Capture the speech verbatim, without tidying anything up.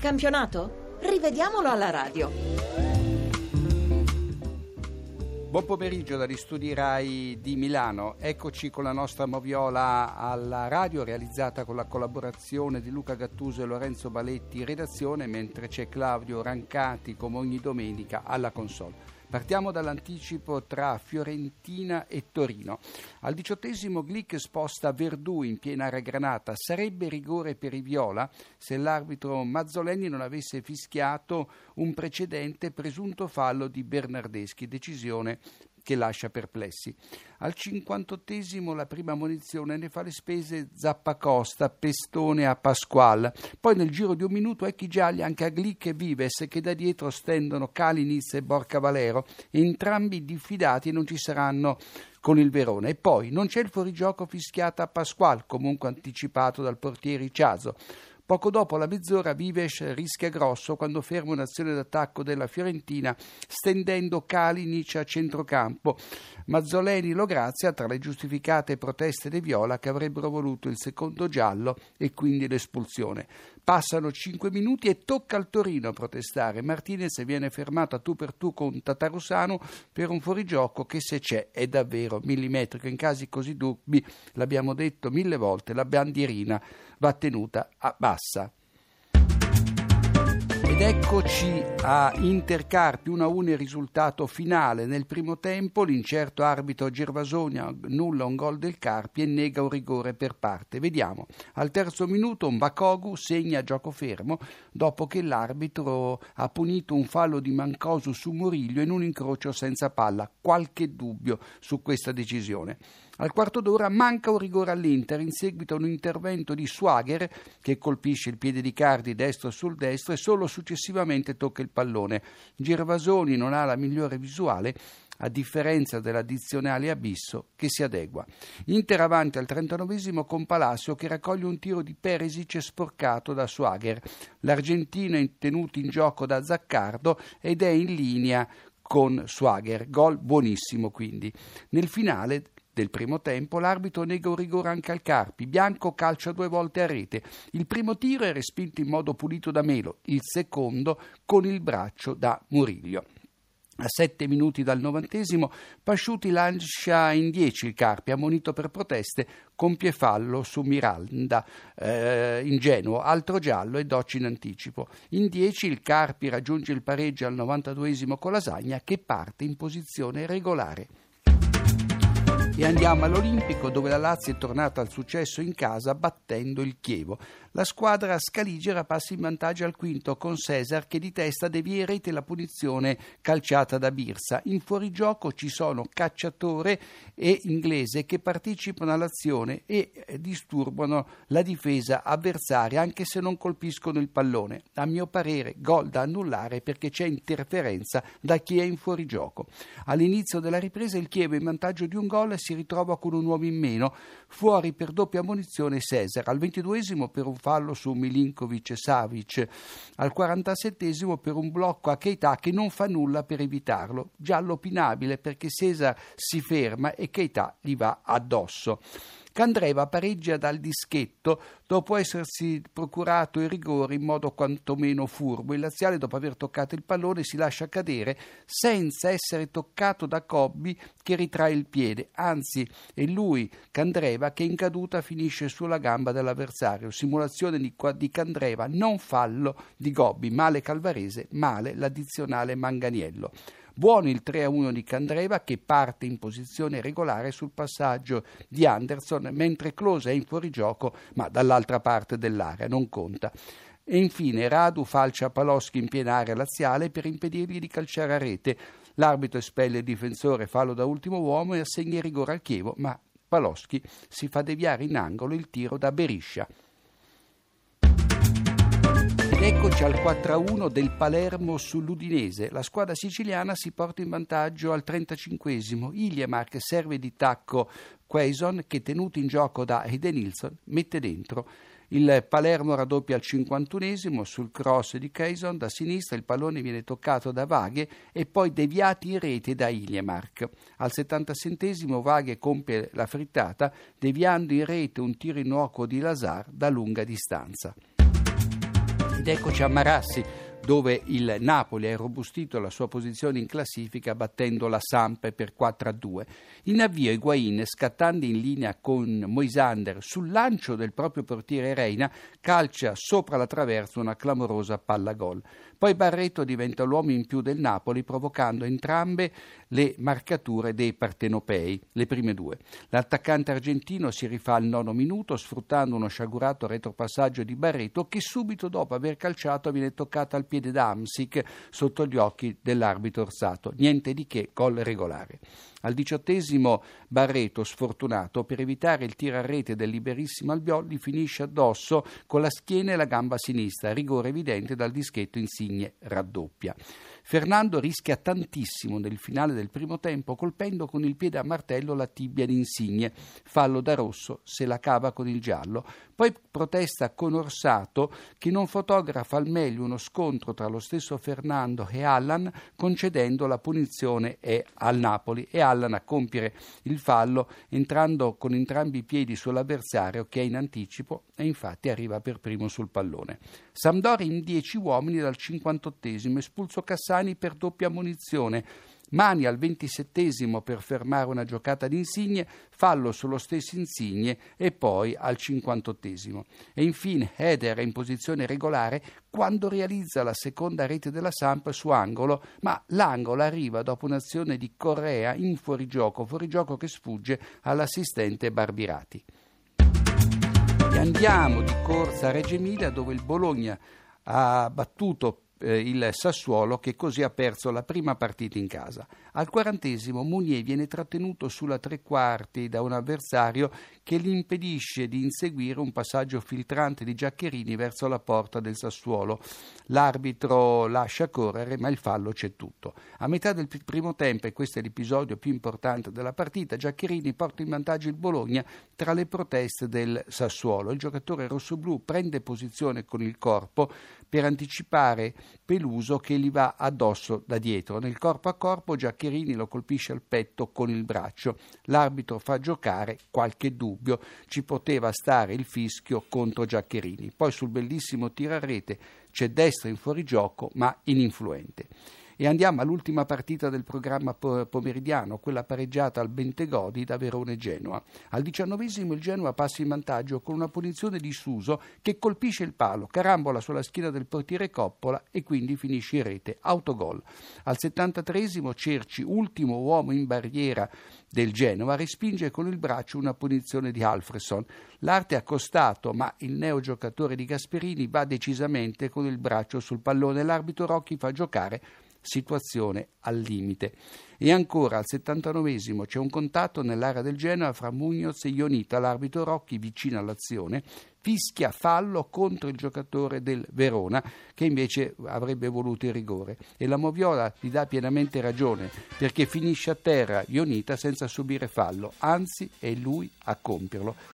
campionato? Rivediamolo alla radio. Buon pomeriggio dagli studi Rai di Milano. Eccoci con la nostra moviola alla radio, realizzata con la collaborazione di Luca Gattuso e Lorenzo Baletti in redazione, mentre c'è Claudio Rancati come ogni domenica alla console. Partiamo dall'anticipo tra Fiorentina e Torino. Al diciottesimo Glick sposta Verdù in piena area granata. Sarebbe rigore per i viola se l'arbitro Mazzoleni non avesse fischiato un precedente presunto fallo di Bernardeschi, decisione che lascia perplessi. Al cinquantottesimo la prima ammonizione, ne fa le spese Zappacosta, pestone a Pasqual. Poi nel giro di un minuto ecchi gialli anche a Glick e Vives, che da dietro stendono Kalinic e Borca Valero, entrambi diffidati e non ci saranno con il Verona. E poi non c'è il fuorigioco fischiato a Pasqual, comunque anticipato dal portiere Icciaso. Poco dopo la mezz'ora Vives rischia grosso quando ferma un'azione d'attacco della Fiorentina stendendo Kalinic a centrocampo. Mazzoleni lo grazia tra le giustificate proteste dei viola che avrebbero voluto il secondo giallo e quindi l'espulsione. Passano cinque minuti e tocca al Torino a protestare. Martinez viene fermato a tu per tu con Tatarusanu per un fuorigioco che, se c'è, è davvero millimetrico. In casi così dubbi, l'abbiamo detto mille volte, la bandierina va tenuta a bassa. Ed eccoci a Intercarpi, uno a uno il risultato finale. Nel primo tempo l'incerto arbitro Gervasoni annulla un gol del Carpi e nega un rigore per parte. Vediamo. Al terzo minuto Mbakogu segna gioco fermo dopo che l'arbitro ha punito un fallo di Mancosu su Murillo in un incrocio senza palla. Qualche dubbio su questa decisione. Al quarto d'ora manca un rigore all'Inter in seguito a un intervento di Swagger che colpisce il piede di Cardi destro sul destro e solo successivamente tocca il pallone. Gervasoni non ha la migliore visuale, a differenza dell'addizionale Abisso che si adegua. Inter avanti al trentanovesimo con Palacio che raccoglie un tiro di Perisic sporcato da Swagger. L'argentino è tenuto in gioco da Zaccardo ed è in linea con Swagger. Gol buonissimo quindi. Nel finale del primo tempo l'arbitro nega un rigore anche al Carpi. Bianco calcia due volte a rete. Il primo tiro è respinto in modo pulito da Melo, il secondo con il braccio da Murillo. A sette minuti dal novantesimo Pasciuti lancia in dieci il Carpi, ammonito per proteste, compie fallo su Miranda, eh, ingenuo, altro giallo e Docci in anticipo. In dieci il Carpi raggiunge il pareggio al novantaduesimo con Lasagna che parte in posizione regolare. E andiamo all'Olimpico, dove la Lazio è tornata al successo in casa battendo il Chievo. La squadra scaligera passa in vantaggio al quinto con Cesar che di testa devia in rete la punizione calciata da Birsa. In fuorigioco ci sono Cacciatore e Inglese che partecipano all'azione e disturbano la difesa avversaria anche se non colpiscono il pallone. A mio parere gol da annullare perché c'è interferenza da chi è in fuorigioco. All'inizio della ripresa il Chievo in vantaggio di un gol si ritrova con un uomo in meno, fuori per doppia ammonizione Cesar, al ventiduesimo per un fallo su Milinkovic e Savic, al quarantasettesimo per un blocco a Keita che non fa nulla per evitarlo, giallo opinabile perché Cesar si ferma e Keita gli va addosso. Candreva pareggia dal dischetto dopo essersi procurato il rigore in modo quantomeno furbo. Il laziale, dopo aver toccato il pallone, si lascia cadere senza essere toccato da Cobbi che ritrae il piede. Anzi, è lui, Candreva, che in caduta finisce sulla gamba dell'avversario. Simulazione di, di Candreva, non fallo di Gobbi. Male Calvarese, male l'addizionale Manganiello. Buono il tre a uno di Candreva che parte in posizione regolare sul passaggio di Anderson mentre Klose è in fuorigioco ma dall'altra parte dell'area, non conta. E infine Radu falcia Paloschi in piena area laziale per impedirgli di calciare a rete. L'arbitro espelle il difensore, fallo da ultimo uomo e assegna il rigore al Chievo, ma Paloschi si fa deviare in angolo il tiro da Beriscia. Ed eccoci al quattro a uno del Palermo sull'Udinese. La squadra siciliana si porta in vantaggio al trentacinquesimo. Iliemark serve di tacco Quaison che, tenuto in gioco da Edenilson, mette dentro. Il Palermo raddoppia al cinquantunesimo sul cross di Quaison da sinistra, il pallone viene toccato da Vaghe e poi deviato in rete da Iliemark. Al settantasettesimo Vaghe compie la frittata deviando in rete un tiro innocuo di Lazar da lunga distanza. Ed eccoci a Marassi, dove il Napoli ha irrobustito la sua posizione in classifica battendo la Samp per quattro a due. In avvio Higuaín, scattando in linea con Moisander sul lancio del proprio portiere Reina, calcia sopra la traversa una clamorosa palla gol. Poi Barreto diventa l'uomo in più del Napoli, provocando entrambe le marcature dei partenopei, le prime due. L'attaccante argentino si rifà al nono minuto sfruttando uno sciagurato retropassaggio di Barreto, che subito dopo aver calciato viene toccata al piede da Hamsik sotto gli occhi dell'arbitro orsato. Niente di che, gol regolare. Al diciottesimo Barreto, sfortunato, per evitare il tiro a rete del liberissimo Albiol, finisce addosso con la schiena e la gamba sinistra, rigore evidente dal dischetto Insigne raddoppia. Fernando rischia tantissimo nel finale del primo tempo colpendo con il piede a martello la tibia di Insigne, fallo da rosso, se la cava con il giallo. Poi protesta con Orsato che non fotografa al meglio uno scontro tra lo stesso Fernando e Allan, concedendo la punizione è al Napoli e Allan a compiere il fallo entrando con entrambi i piedi sull'avversario che è in anticipo e infatti arriva per primo sul pallone. Sampdoria in dieci uomini dal cinquantottesimo, espulso Cassani per doppia ammonizione. Mani al ventisettesimo per fermare una giocata di Insigne, fallo sullo stesso Insigne e poi al cinquantottesimo. E infine Eder è in posizione regolare quando realizza la seconda rete della Samp su angolo, ma l'angolo arriva dopo un'azione di Correa in fuorigioco, fuorigioco che sfugge all'assistente Barbirati. E andiamo di corsa a Reggio Emilia, dove il Bologna ha battuto Eh, il Sassuolo, che così ha perso la prima partita in casa. Al quarantesimo Mounier viene trattenuto sulla tre quarti da un avversario che gli impedisce di inseguire un passaggio filtrante di Giaccherini verso la porta del Sassuolo. L'arbitro lascia correre, ma il fallo c'è tutto. A metà del primo tempo, e questo è l'episodio più importante della partita, Giaccherini porta in vantaggio il Bologna tra le proteste del Sassuolo. Il giocatore rossoblù prende posizione con il corpo per anticipare Peluso che gli va addosso da dietro. Nel corpo a corpo Giaccherini lo colpisce al petto con il braccio. L'arbitro fa giocare, qualche dubbio, ci poteva stare il fischio contro Giaccherini. Poi sul bellissimo tiro a rete c'è destro in fuorigioco ma ininfluente. E andiamo all'ultima partita del programma pomeridiano, quella pareggiata al Bentegodi da Verona e Genoa. Al diciannovesimo il Genoa passa in vantaggio con una punizione di Suso che colpisce il palo, carambola sulla schiena del portiere Coppola e quindi finisce in rete, autogol. Al settantatreesimo Cerci, ultimo uomo in barriera del Genoa, respinge con il braccio una punizione di Alfredson. L'arte ha costato, ma il neogiocatore di Gasperini va decisamente con il braccio sul pallone. L'arbitro Rocchi fa giocare, situazione al limite. E ancora al settantanovesimo c'è un contatto nell'area del Genoa fra Muñoz e Ionita. L'arbitro Rocchi, vicino all'azione, fischia fallo contro il giocatore del Verona, che invece avrebbe voluto il rigore, e la Moviola gli dà pienamente ragione, perché finisce a terra Ionita senza subire fallo, anzi è lui a compierlo.